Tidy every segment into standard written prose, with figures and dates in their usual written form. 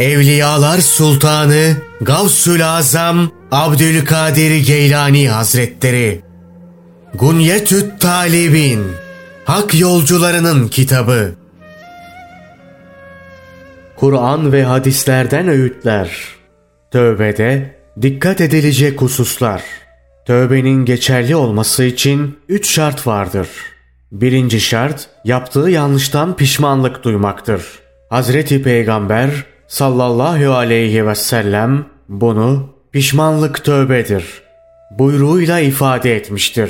Evliyalar Sultanı Gavsül Azam Abdülkadir Geylani Hazretleri. Gunyetü't Talibin, Hak Yolcularının Kitabı. Kur'an ve hadislerden öğütler. Tövbede dikkat edilecek hususlar. Tövbenin geçerli olması için 3 şart vardır. Birinci şart, yaptığı yanlıştan pişmanlık duymaktır. Hazreti Peygamber sallallahu aleyhi ve sellem bunu pişmanlık tövbedir buyruğuyla ifade etmiştir.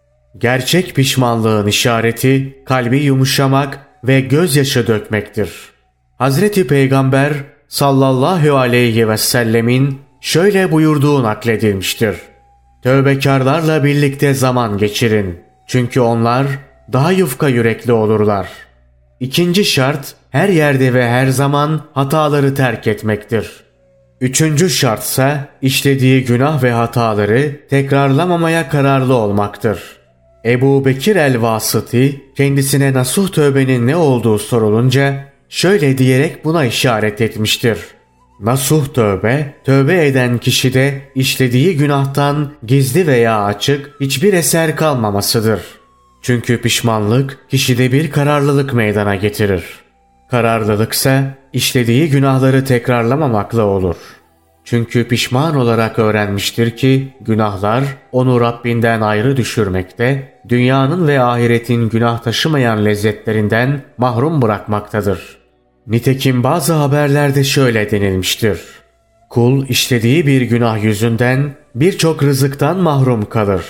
Gerçek pişmanlığın işareti kalbi yumuşamak ve gözyaşı dökmektir. Hazreti Peygamber sallallahu aleyhi ve sellemin şöyle buyurduğu nakledilmiştir. Tövbekarlarla birlikte zaman geçirin. Çünkü onlar daha yufka yürekli olurlar. İkinci şart, her yerde ve her zaman hataları terk etmektir. Üçüncü şartsa işlediği günah ve hataları tekrarlamamaya kararlı olmaktır. Ebu Bekir el-Vasıti kendisine nasuh tövbenin ne olduğu sorulunca şöyle diyerek buna işaret etmiştir. Nasuh tövbe, tövbe eden kişide işlediği günahtan gizli veya açık hiçbir eser kalmamasıdır. Çünkü pişmanlık kişide bir kararlılık meydana getirir. Kararlılıksa işlediği günahları tekrarlamamakla olur. Çünkü pişman olarak öğrenmiştir ki günahlar onu Rabbinden ayrı düşürmekte, dünyanın ve ahiretin günah taşımayan lezzetlerinden mahrum bırakmaktadır. Nitekim bazı haberlerde şöyle denilmiştir. Kul işlediği bir günah yüzünden birçok rızıktan mahrum kalır.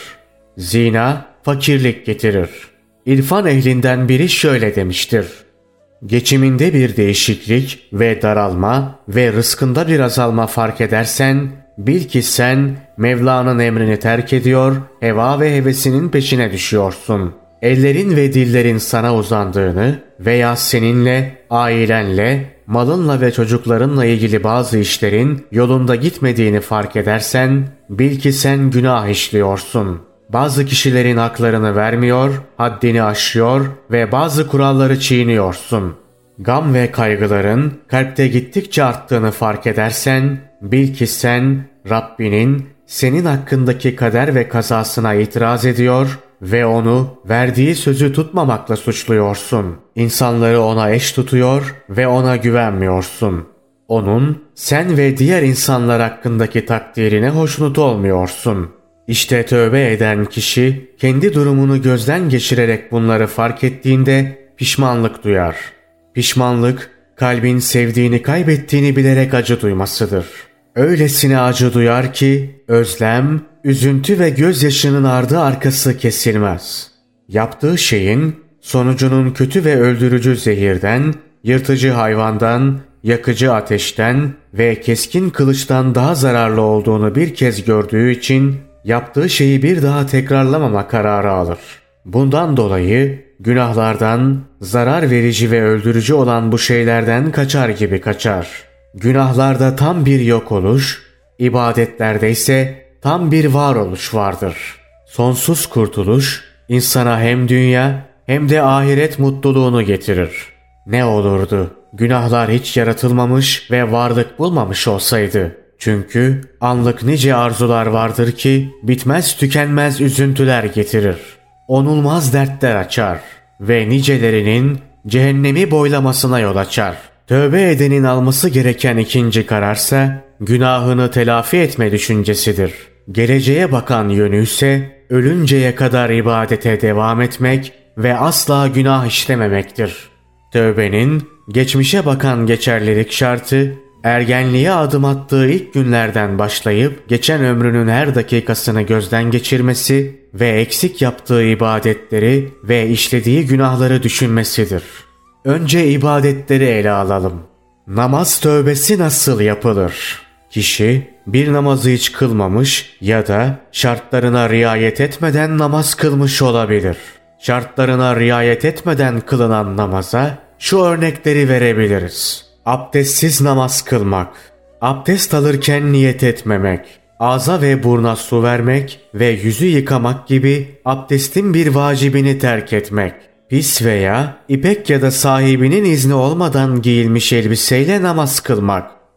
Zina fakirlik getirir. İrfan ehlinden biri şöyle demiştir. Geçiminde bir değişiklik ve daralma ve rızkında bir azalma fark edersen, bil ki sen Mevla'nın emrini terk ediyor, heva ve hevesinin peşine düşüyorsun. Ellerin ve dillerin sana uzandığını veya seninle, ailenle, malınla ve çocuklarınla ilgili bazı işlerin yolunda gitmediğini fark edersen, bil ki sen günah işliyorsun. Bazı kişilerin haklarını vermiyor, haddini aşıyor ve bazı kuralları çiğniyorsun. Gam ve kaygıların kalpte gittikçe arttığını fark edersen, bil ki sen Rabbinin senin hakkındaki kader ve kazasına itiraz ediyor ve onu verdiği sözü tutmamakla suçluyorsun. İnsanları ona eş tutuyor ve ona güvenmiyorsun. Onun sen ve diğer insanlar hakkındaki takdirine hoşnut olmuyorsun. İşte tövbe eden kişi kendi durumunu gözden geçirerek bunları fark ettiğinde pişmanlık duyar. Pişmanlık, kalbin sevdiğini kaybettiğini bilerek acı duymasıdır. Öylesine acı duyar ki özlem, üzüntü ve gözyaşının ardı arkası kesilmez. Yaptığı şeyin sonucunun kötü ve öldürücü zehirden, yırtıcı hayvandan, yakıcı ateşten ve keskin kılıçtan daha zararlı olduğunu bir kez gördüğü için yaptığı şeyi bir daha tekrarlamama kararı alır. Bundan dolayı günahlardan, zarar verici ve öldürücü olan bu şeylerden kaçar gibi kaçar. Günahlarda tam bir yok oluş, ibadetlerde ise tam bir varoluş vardır. Sonsuz kurtuluş insana hem dünya hem de ahiret mutluluğunu getirir. Ne olurdu günahlar hiç yaratılmamış ve varlık bulmamış olsaydı? Çünkü anlık nice arzular vardır ki bitmez tükenmez üzüntüler getirir. Onulmaz dertler açar ve nicelerinin cehennemi boylamasına yol açar. Tövbe edenin alması gereken ikinci kararsa günahını telafi etme düşüncesidir. Geleceğe bakan yönü ise ölünceye kadar ibadete devam etmek ve asla günah işlememektir. Tövbenin geçmişe bakan geçerlilik şartı, ergenliğe adım attığı ilk günlerden başlayıp geçen ömrünün her dakikasını gözden geçirmesi ve eksik yaptığı ibadetleri ve işlediği günahları düşünmesidir. Önce ibadetleri ele alalım. Namaz tövbesi nasıl yapılır? Kişi bir namazı hiç kılmamış ya da şartlarına riayet etmeden namaz kılmış olabilir. Şartlarına riayet etmeden kılınan namaza şu örnekleri verebiliriz. Abdestsiz namaz kılmak, abdest alırken niyet etmemek, ağza ve burna su vermek ve yüzü yıkamak gibi abdestin bir vacibini terk etmek, pis veya ipek ya da sahibinin izni olmadan giyilmiş elbiseyle namaz kılmak,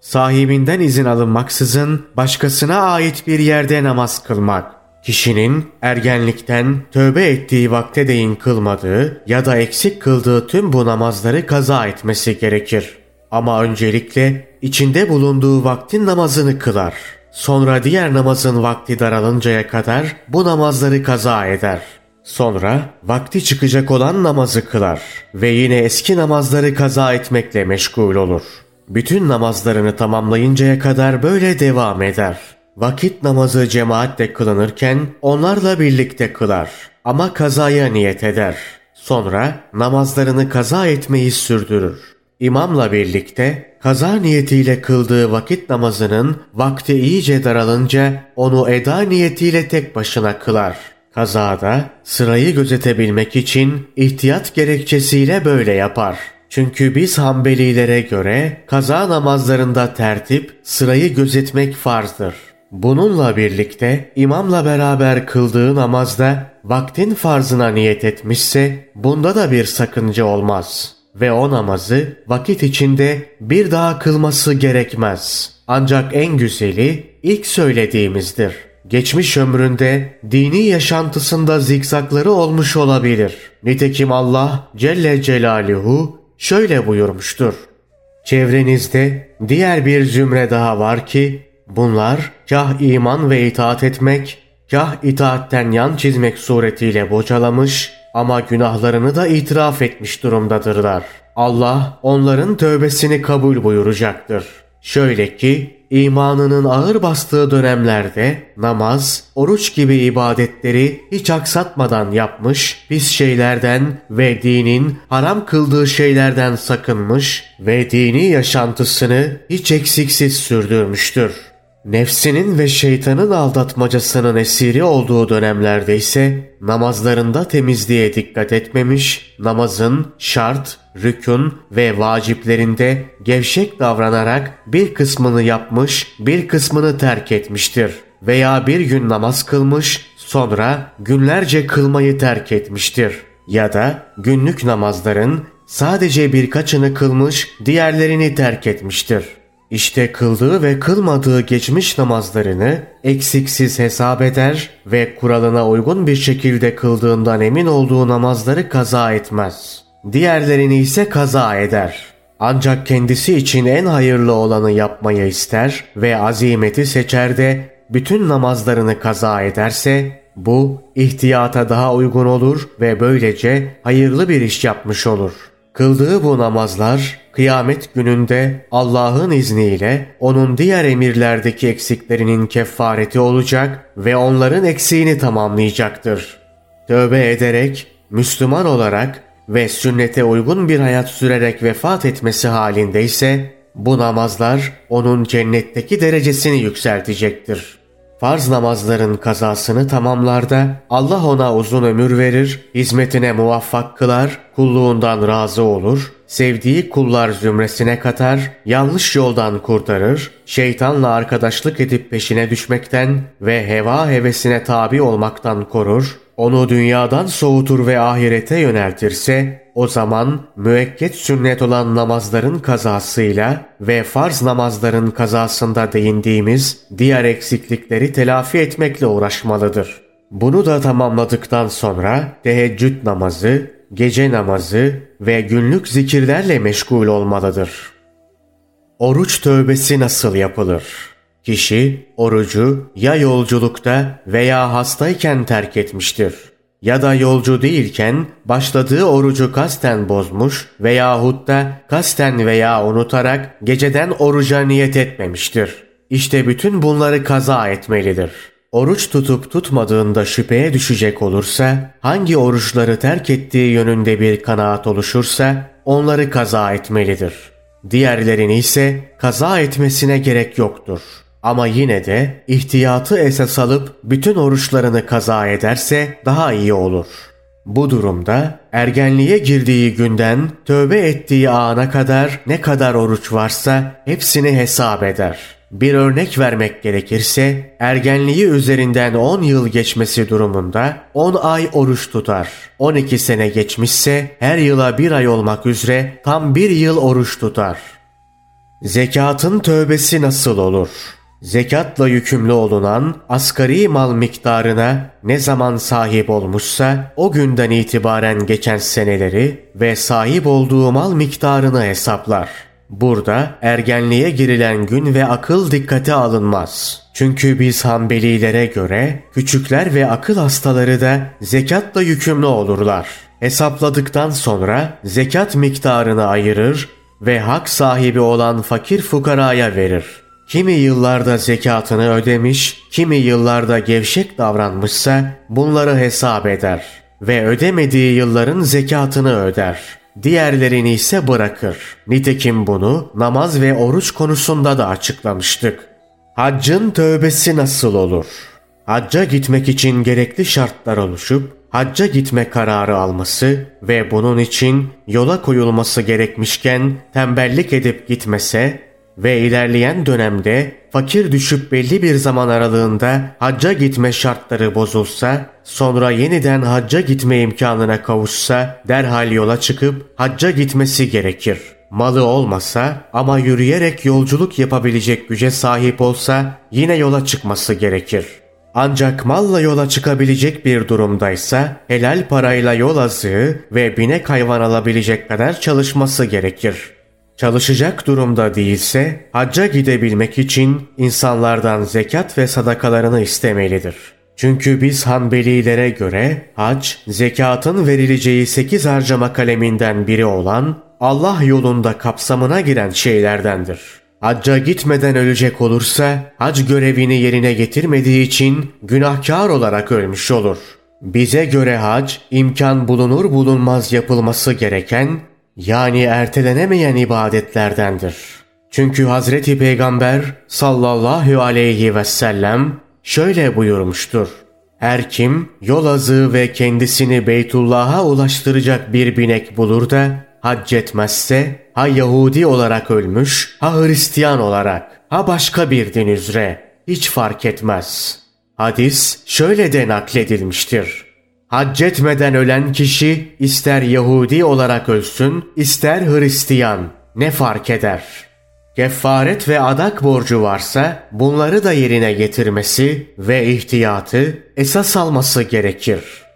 sahibinden izin alınmaksızın başkasına ait bir yerde namaz kılmak. Kişinin ergenlikten tövbe ettiği vakte değin kılmadığı ya da eksik kıldığı tüm bu namazları kaza etmesi gerekir. Ama öncelikle içinde bulunduğu vaktin namazını kılar. Sonra diğer namazın vakti daralıncaya kadar bu namazları kaza eder. Sonra vakti çıkacak olan namazı kılar ve yine eski namazları kaza etmekle meşgul olur. Bütün namazlarını tamamlayıncaya kadar böyle devam eder. Vakit namazı cemaatle kılınırken onlarla birlikte kılar ama kazaya niyet eder. Sonra namazlarını kaza etmeyi sürdürür. İmamla birlikte kaza niyetiyle kıldığı vakit namazının vakti iyice daralınca onu eda niyetiyle tek başına kılar. Kazada sırayı gözetebilmek için ihtiyat gerekçesiyle böyle yapar. Çünkü biz Hanbelilere göre kaza namazlarında tertip, sırayı gözetmek farzdır. Bununla birlikte imamla beraber kıldığı namazda vaktin farzına niyet etmişse bunda da bir sakınca olmaz. Ve o namazı vakit içinde bir daha kılması gerekmez. Ancak en güzeli ilk söylediğimizdir. Geçmiş ömründe dini yaşantısında zikzakları olmuş olabilir. Nitekim Allah Celle Celaluhu şöyle buyurmuştur. Çevrenizde diğer bir zümre daha var ki bunlar kah iman ve itaat etmek, kah itaatten yan çizmek suretiyle bocalamış ama günahlarını da itiraf etmiş durumdadırlar. Allah onların tövbesini kabul buyuracaktır. Şöyle ki imanının ağır bastığı dönemlerde namaz, oruç gibi ibadetleri hiç aksatmadan yapmış, pis şeylerden ve dinin haram kıldığı şeylerden sakınmış ve dini yaşantısını hiç eksiksiz sürdürmüştür. Nefsinin ve şeytanın aldatmacasının esiri olduğu dönemlerde ise namazlarında temizliğe dikkat etmemiş, namazın şart, rükün ve vaciplerinde gevşek davranarak bir kısmını yapmış, bir kısmını terk etmiştir. Veya bir gün namaz kılmış, sonra günlerce kılmayı terk etmiştir. Ya da günlük namazların sadece birkaçını kılmış, diğerlerini terk etmiştir. İşte kıldığı ve kılmadığı geçmiş namazlarını eksiksiz hesap eder ve kuralına uygun bir şekilde kıldığından emin olduğu namazları kaza etmez. Diğerlerini ise kaza eder. Ancak kendisi için en hayırlı olanı yapmayı ister ve azimeti seçer de bütün namazlarını kaza ederse bu ihtiyata daha uygun olur ve böylece hayırlı bir iş yapmış olur. Kıldığı bu namazlar kıyamet gününde Allah'ın izniyle onun diğer emirlerdeki eksiklerinin kefareti olacak ve onların eksiğini tamamlayacaktır. Tövbe ederek, Müslüman olarak ve sünnete uygun bir hayat sürerek vefat etmesi halinde ise bu namazlar onun cennetteki derecesini yükseltecektir. Farz namazların kazasını tamamlar da Allah ona uzun ömür verir, hizmetine muvaffak kılar, kulluğundan razı olur, sevdiği kullar zümresine katar, yanlış yoldan kurtarır, şeytanla arkadaşlık edip peşine düşmekten ve heva hevesine tabi olmaktan korur, onu dünyadan soğutur ve ahirete yöneltirse, o zaman müekket sünnet olan namazların kazasıyla ve farz namazların kazasında değindiğimiz diğer eksiklikleri telafi etmekle uğraşmalıdır. Bunu da tamamladıktan sonra teheccüd namazı, gece namazı ve günlük zikirlerle meşgul olmalıdır. Oruç tövbesi nasıl yapılır? Kişi orucu ya yolculukta veya hastayken terk etmiştir. Ya da yolcu değilken başladığı orucu kasten bozmuş veyahut da kasten veya unutarak geceden oruca niyet etmemiştir. İşte bütün bunları kaza etmelidir. Oruç tutup tutmadığında şüpheye düşecek olursa, hangi oruçları terk ettiği yönünde bir kanaat oluşursa onları kaza etmelidir. Diğerlerini ise kaza etmesine gerek yoktur. Ama yine de ihtiyatı esas alıp bütün oruçlarını kaza ederse daha iyi olur. Bu durumda ergenliğe girdiği günden tövbe ettiği ana kadar ne kadar oruç varsa hepsini hesap eder. Bir örnek vermek gerekirse ergenliği üzerinden 10 yıl geçmesi durumunda 10 ay oruç tutar. 12 sene geçmişse her yıla bir ay olmak üzere tam bir yıl oruç tutar. Zekatın tövbesi nasıl olur? Zekatla yükümlü olunan asgari mal miktarına ne zaman sahip olmuşsa o günden itibaren geçen seneleri ve sahip olduğu mal miktarını hesaplar. Burada ergenliğe girilen gün ve akıl dikkate alınmaz. Çünkü biz Hanbelilere göre küçükler ve akıl hastaları da zekatla yükümlü olurlar. Hesapladıktan sonra zekat miktarını ayırır ve hak sahibi olan fakir fukaraya verir. Kimi yıllarda zekatını ödemiş, kimi yıllarda gevşek davranmışsa bunları hesap eder ve ödemediği yılların zekatını öder. Diğerlerini ise bırakır. Nitekim bunu namaz ve oruç konusunda da açıklamıştık. Haccın tövbesi nasıl olur? Hacca gitmek için gerekli şartlar oluşup hacca gitme kararı alması ve bunun için yola koyulması gerekmişken tembellik edip gitmese ve ilerleyen dönemde fakir düşüp belli bir zaman aralığında hacca gitme şartları bozulsa, sonra yeniden hacca gitme imkanına kavuşsa derhal yola çıkıp hacca gitmesi gerekir. Malı olmasa ama yürüyerek yolculuk yapabilecek güce sahip olsa yine yola çıkması gerekir. Ancak malla yola çıkabilecek bir durumdaysa helal parayla yol azığı ve binek hayvan alabilecek kadar çalışması gerekir. Çalışacak durumda değilse hacca gidebilmek için insanlardan zekat ve sadakalarını istemelidir. Çünkü biz Hanbelilere göre hac, zekatın verileceği 8 harcama kaleminden biri olan Allah yolunda kapsamına giren şeylerdendir. Hacca gitmeden ölecek olursa hac görevini yerine getirmediği için günahkar olarak ölmüş olur. Bize göre hac, imkan bulunur bulunmaz yapılması gereken, yani ertelenemeyen ibadetlerdendir. Çünkü Hazreti Peygamber sallallahu aleyhi ve sellem şöyle buyurmuştur. Her kim yol azığı ve kendisini Beytullah'a ulaştıracak bir binek bulur da hac etmezse ha Yahudi olarak ölmüş, ha Hristiyan olarak, ha başka bir din üzere, hiç fark etmez. Hadis şöyle de nakledilmiştir. Hac etmeden ölen kişi ister Yahudi olarak ölsün, ister Hristiyan, ne fark eder? Kefaret ve adak borcu varsa bunları da yerine getirmesi ve ihtiyatı esas alması gerekir.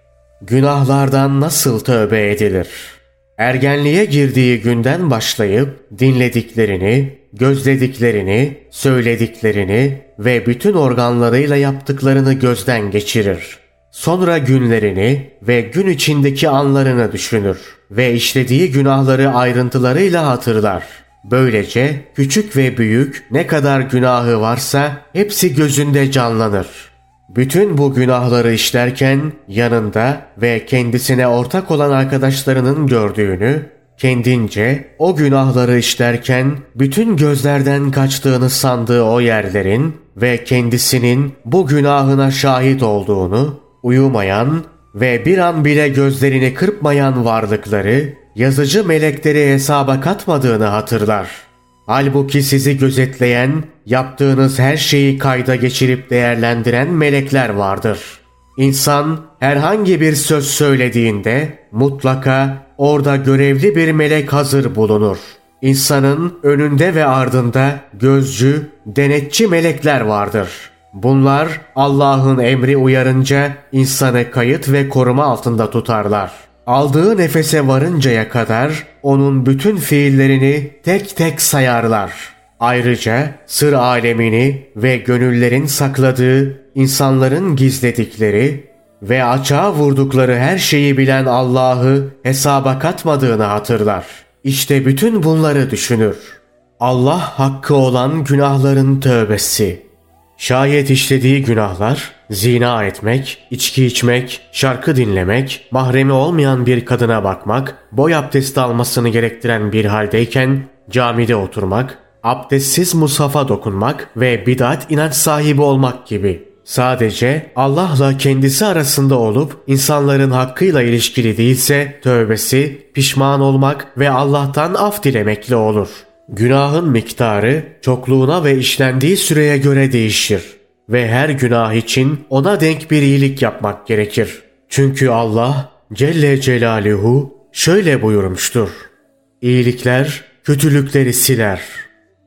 Günahlardan nasıl tövbe edilir? Ergenliğe girdiği günden başlayıp dinlediklerini, gözlediklerini, söylediklerini ve bütün organlarıyla yaptıklarını gözden geçirir. Sonra günlerini ve gün içindeki anlarını düşünür ve işlediği günahları ayrıntılarıyla hatırlar. Böylece küçük ve büyük ne kadar günahı varsa hepsi gözünde canlanır. Bütün bu günahları işlerken yanında ve kendisine ortak olan arkadaşlarının gördüğünü, kendince o günahları işlerken bütün gözlerden kaçtığını sandığı o yerlerin ve kendisinin bu günahına şahit olduğunu, uyumayan ve bir an bile gözlerini kırpmayan varlıkları, yazıcı melekleri hesaba katmadığını hatırlar. Halbuki sizi gözetleyen, yaptığınız her şeyi kayda geçirip değerlendiren melekler vardır. İnsan herhangi bir söz söylediğinde mutlaka orada görevli bir melek hazır bulunur. İnsanın önünde ve ardında gözcü, denetçi melekler vardır. Bunlar Allah'ın emri uyarınca insanı kayıt ve koruma altında tutarlar. Aldığı nefese varıncaya kadar onun bütün fiillerini tek tek sayarlar. Ayrıca sır alemini ve gönüllerin sakladığı, insanların gizledikleri ve açığa vurdukları her şeyi bilen Allah'ı hesaba katmadığını hatırlar. İşte bütün bunları düşünür. Allah hakkı olan günahların tövbesi. Şayet işlediği günahlar, zina etmek, içki içmek, şarkı dinlemek, mahremi olmayan bir kadına bakmak, boy abdesti almasını gerektiren bir haldeyken camide oturmak, abdestsiz mushafa dokunmak ve bid'at inanç sahibi olmak gibi. Sadece Allah'la kendisi arasında olup insanların hakkıyla ilişkili değilse tövbesi, pişman olmak ve Allah'tan af dilemekle olur. Günahın miktarı çokluğuna ve işlendiği süreye göre değişir ve her günah için ona denk bir iyilik yapmak gerekir. Çünkü Allah Celle Celaluhu şöyle buyurmuştur. İyilikler kötülükleri siler.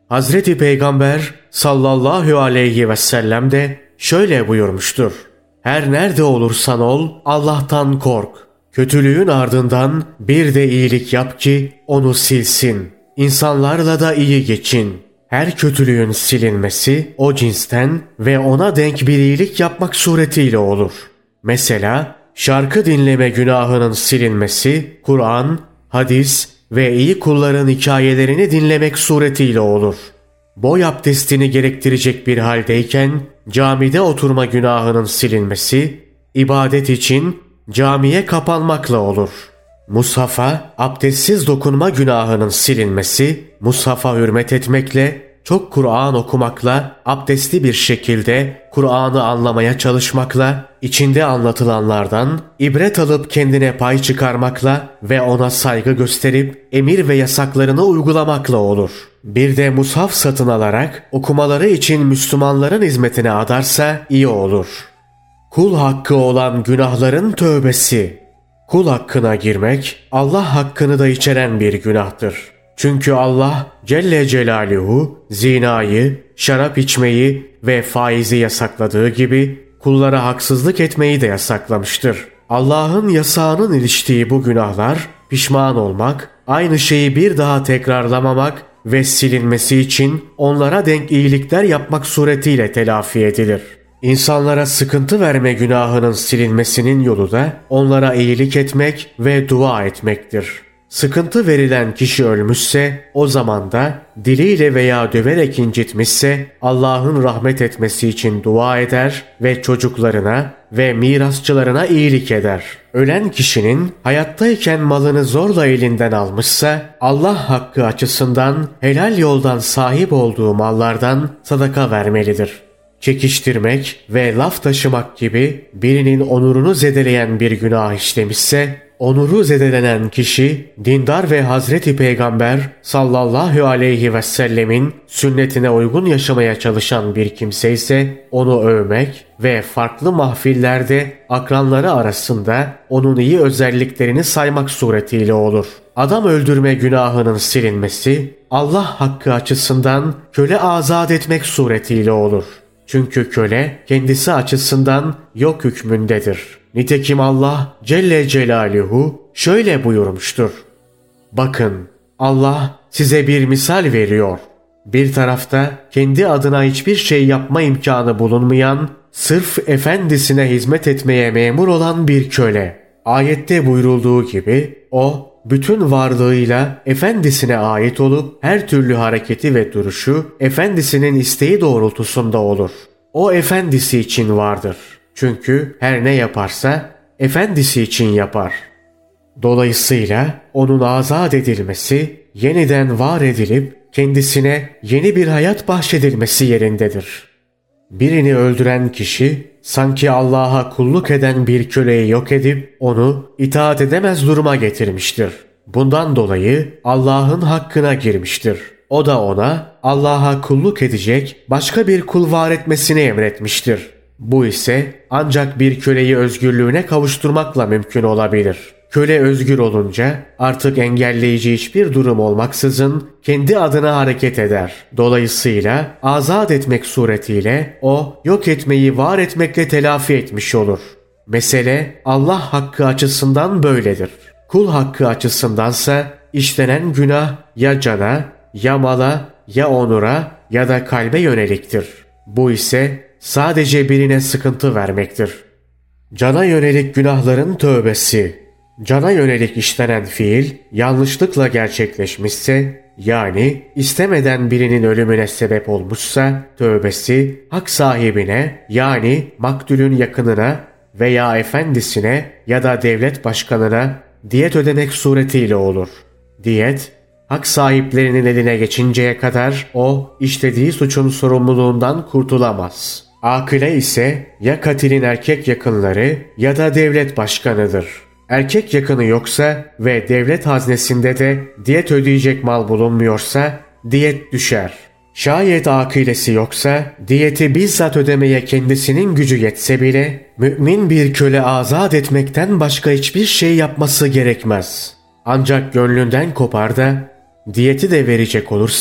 Hazreti Peygamber sallallahu aleyhi ve sellem de şöyle buyurmuştur. Her nerede olursan ol Allah'tan kork. Kötülüğün ardından bir de iyilik yap ki onu silsin. İnsanlarla da iyi geçin. Her kötülüğün silinmesi o cinsten ve ona denk bir iyilik yapmak suretiyle olur. Mesela şarkı dinleme günahının silinmesi Kur'an, hadis ve iyi kulların hikayelerini dinlemek suretiyle olur. Boy abdestini gerektirecek bir haldeyken camide oturma günahının silinmesi ibadet için camiye kapanmakla olur. Mushafa abdestsiz dokunma günahının silinmesi mushafa hürmet etmekle, çok Kur'an okumakla, abdestli bir şekilde Kur'an'ı anlamaya çalışmakla, içinde anlatılanlardan ibret alıp kendine pay çıkarmakla ve ona saygı gösterip emir ve yasaklarını uygulamakla olur. Bir de mushaf satın alarak okumaları için Müslümanların hizmetine adarsa iyi olur. Kul hakkı olan günahların tövbesi. Kul hakkına girmek Allah hakkını da içeren bir günahtır. Çünkü Allah Celle Celaluhu zinayı, şarap içmeyi ve faizi yasakladığı gibi kullara haksızlık etmeyi de yasaklamıştır. Allah'ın yasağının iliştiği bu günahlar pişman olmak, aynı şeyi bir daha tekrarlamamak ve silinmesi için onlara denk iyilikler yapmak suretiyle telafi edilir. İnsanlara sıkıntı verme günahının silinmesinin yolu da onlara iyilik etmek ve dua etmektir. Sıkıntı verilen kişi ölmüşse o zaman da diliyle veya döverek incitmişse Allah'ın rahmet etmesi için dua eder ve çocuklarına ve mirasçılarına iyilik eder. Ölen kişinin hayattayken malını zorla elinden almışsa Allah hakkı açısından helal yoldan sahip olduğu mallardan sadaka vermelidir. Çekiştirmek ve laf taşımak gibi birinin onurunu zedeleyen bir günah işlemişse, onuru zedelenen kişi dindar ve Hazreti Peygamber sallallahu aleyhi ve sellemin sünnetine uygun yaşamaya çalışan bir kimse ise onu övmek ve farklı mahfillerde akranları arasında onun iyi özelliklerini saymak suretiyle olur. Adam öldürme günahının silinmesi Allah hakkı açısından köle azat etmek suretiyle olur. Çünkü köle kendisi açısından yok hükmündedir. Nitekim Allah Celle Celaluhu şöyle buyurmuştur. Bakın Allah size bir misal veriyor. Bir tarafta kendi adına hiçbir şey yapma imkanı bulunmayan, sırf efendisine hizmet etmeye memur olan bir köle. Ayette buyurulduğu gibi o bütün varlığıyla efendisine ait olup her türlü hareketi ve duruşu efendisinin isteği doğrultusunda olur. O efendisi için vardır. Çünkü her ne yaparsa efendisi için yapar. Dolayısıyla onun azat edilmesi, yeniden var edilip kendisine yeni bir hayat bahşedilmesi yerindedir. Birini öldüren kişi sanki Allah'a kulluk eden bir köleyi yok edip onu itaat edemez duruma getirmiştir. Bundan dolayı Allah'ın hakkına girmiştir. O da ona Allah'a kulluk edecek başka bir kul var etmesini emretmiştir. Bu ise ancak bir köleyi özgürlüğüne kavuşturmakla mümkün olabilir. Köle özgür olunca artık engelleyici hiçbir durum olmaksızın kendi adına hareket eder. Dolayısıyla azat etmek suretiyle o yok etmeyi var etmekle telafi etmiş olur. Mesele Allah hakkı açısından böyledir. Kul hakkı açısındansa işlenen günah ya cana, ya mala, ya onura ya da kalbe yöneliktir. Bu ise sadece birine sıkıntı vermektir. Cana yönelik günahların tövbesi. Cana yönelik işlenen fiil yanlışlıkla gerçekleşmişse, yani istemeden birinin ölümüne sebep olmuşsa tövbesi hak sahibine, yani maktulün yakınına veya efendisine ya da devlet başkanına diyet ödemek suretiyle olur. Diyet, hak sahiplerinin eline geçinceye kadar o işlediği suçun sorumluluğundan kurtulamaz. Akile ise ya katilin erkek yakınları ya da devlet başkanıdır. Erkek yakını yoksa ve devlet haznesinde de diyet ödeyecek mal bulunmuyorsa diyet düşer. Şayet akilesi yoksa diyeti bizzat ödemeye kendisinin gücü yetse bile mümin bir köle azat etmekten başka hiçbir şey yapması gerekmez. Ancak gönlünden kopar da diyeti de verecek olursa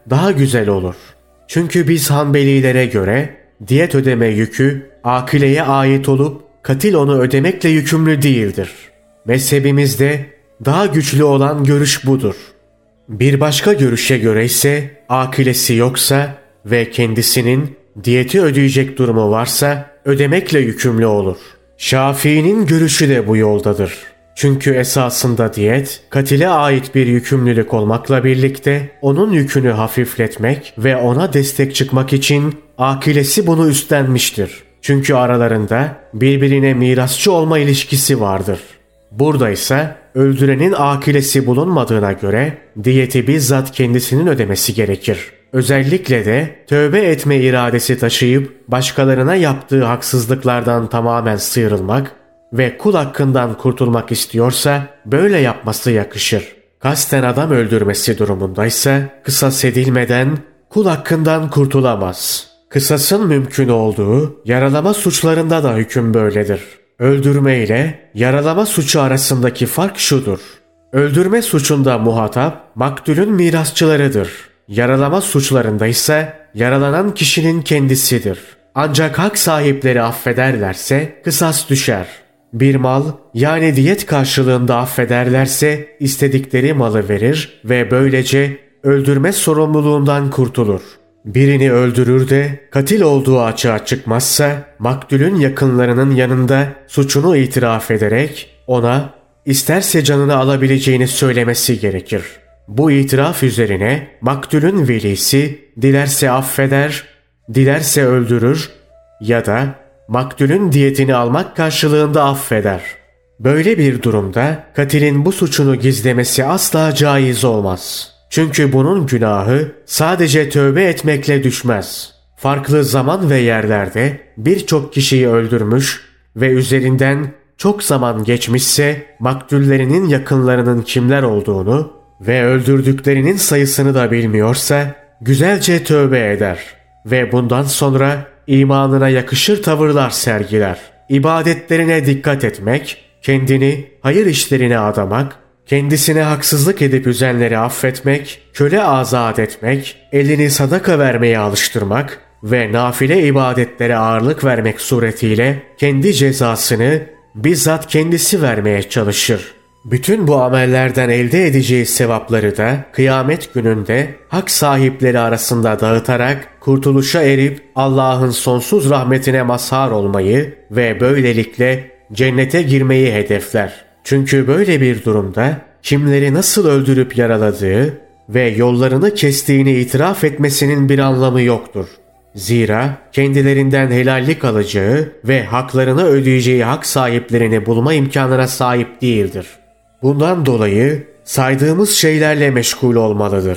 daha güzel olur. Çünkü biz Hanbelilere göre diyet ödeme yükü akileye ait olup katil onu ödemekle yükümlü değildir. Mezhebimizde daha güçlü olan görüş budur. Bir başka görüşe göre ise akilesi yoksa ve kendisinin diyeti ödeyecek durumu varsa ödemekle yükümlü olur. Şafii'nin görüşü de bu yoldadır. Çünkü esasında diyet, katile ait bir yükümlülük olmakla birlikte onun yükünü hafifletmek ve ona destek çıkmak için akilesi bunu üstlenmiştir. Çünkü aralarında birbirine mirasçı olma ilişkisi vardır. Burada ise öldürenin akilesi bulunmadığına göre diyeti bizzat kendisinin ödemesi gerekir. Özellikle de tövbe etme iradesi taşıyıp başkalarına yaptığı haksızlıklardan tamamen sıyrılmak ve kul hakkından kurtulmak istiyorsa böyle yapması yakışır. Kasten adam öldürmesi durumundaysa kısas edilmeden kul hakkından kurtulamaz. Kısasın mümkün olduğu yaralama suçlarında da hüküm böyledir. Öldürme ile yaralama suçu arasındaki fark şudur. Öldürme suçunda muhatap maktulün mirasçılarıdır. Yaralama suçlarında ise yaralanan kişinin kendisidir. Ancak hak sahipleri affederlerse kısas düşer. Bir mal yani diyet karşılığında affederlerse istedikleri malı verir ve böylece öldürme sorumluluğundan kurtulur. Birini öldürür de katil olduğu açığa çıkmazsa maktulün yakınlarının yanında suçunu itiraf ederek ona isterse canını alabileceğini söylemesi gerekir. Bu itiraf üzerine maktulün velisi dilerse affeder, dilerse öldürür ya da maktulün diyetini almak karşılığında affeder. Böyle bir durumda katilin bu suçunu gizlemesi asla caiz olmaz. Çünkü bunun günahı sadece tövbe etmekle düşmez. Farklı zaman ve yerlerde birçok kişiyi öldürmüş ve üzerinden çok zaman geçmişse maktullerinin yakınlarının kimler olduğunu ve öldürdüklerinin sayısını da bilmiyorsa güzelce tövbe eder ve bundan sonra imanına yakışır tavırlar sergiler. İbadetlerine dikkat etmek, kendini hayır işlerine adamak, kendisine haksızlık edip üzenleri affetmek, köle azat etmek, elini sadaka vermeye alıştırmak ve nafile ibadetlere ağırlık vermek suretiyle kendi cezasını bizzat kendisi vermeye çalışır. Bütün bu amellerden elde edeceği sevapları da kıyamet gününde hak sahipleri arasında dağıtarak kurtuluşa erip Allah'ın sonsuz rahmetine mazhar olmayı ve böylelikle cennete girmeyi hedefler. Çünkü böyle bir durumda kimleri nasıl öldürüp yaraladığı ve yollarını kestiğini itiraf etmesinin bir anlamı yoktur. Zira kendilerinden helallik alacağı ve haklarını ödeyeceği hak sahiplerini bulma imkanına sahip değildir. Bundan dolayı saydığımız şeylerle meşgul olmalıdır.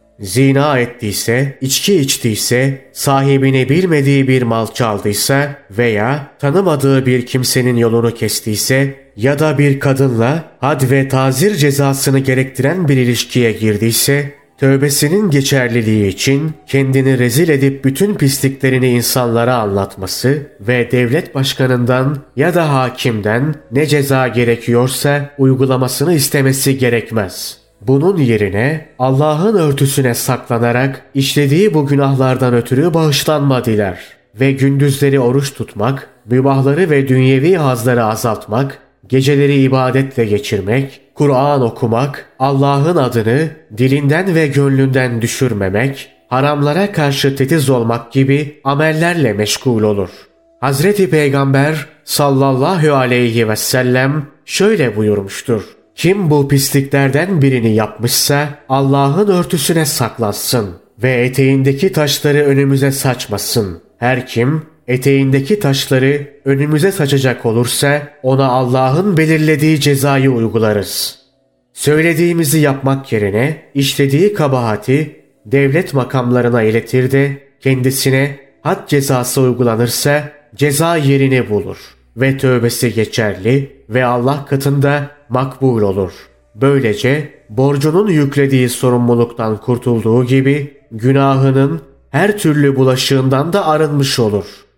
Zina ettiyse, içki içtiyse, sahibini bilmediği bir mal çaldıysa veya tanımadığı bir kimsenin yolunu kestiyse ya da bir kadınla had ve tazir cezasını gerektiren bir ilişkiye girdiyse, tövbesinin geçerliliği için kendini rezil edip bütün pisliklerini insanlara anlatması ve devlet başkanından ya da hakimden ne ceza gerekiyorsa uygulamasını istemesi gerekmez. Bunun yerine Allah'ın örtüsüne saklanarak işlediği bu günahlardan ötürü bağışlanma diler ve gündüzleri oruç tutmak, mübahları ve dünyevi hazları azaltmak, geceleri ibadetle geçirmek, Kur'an okumak, Allah'ın adını dilinden ve gönlünden düşürmemek, haramlara karşı titiz olmak gibi amellerle meşgul olur. Hazreti Peygamber sallallahu aleyhi ve sellem şöyle buyurmuştur. Kim bu pisliklerden birini yapmışsa Allah'ın örtüsüne saklansın ve eteğindeki taşları önümüze saçmasın. Her kim eteğindeki taşları önümüze saçacak olursa ona Allah'ın belirlediği cezayı uygularız. Söylediğimizi yapmak yerine işlediği kabahati devlet makamlarına iletir de kendisine had cezası uygulanırsa ceza yerini bulur ve tövbesi geçerli ve Allah katında makbul olur. Böylece borcunun yüklediği sorumluluktan kurtulduğu gibi günahının her türlü bulaşığından da arınmış olur.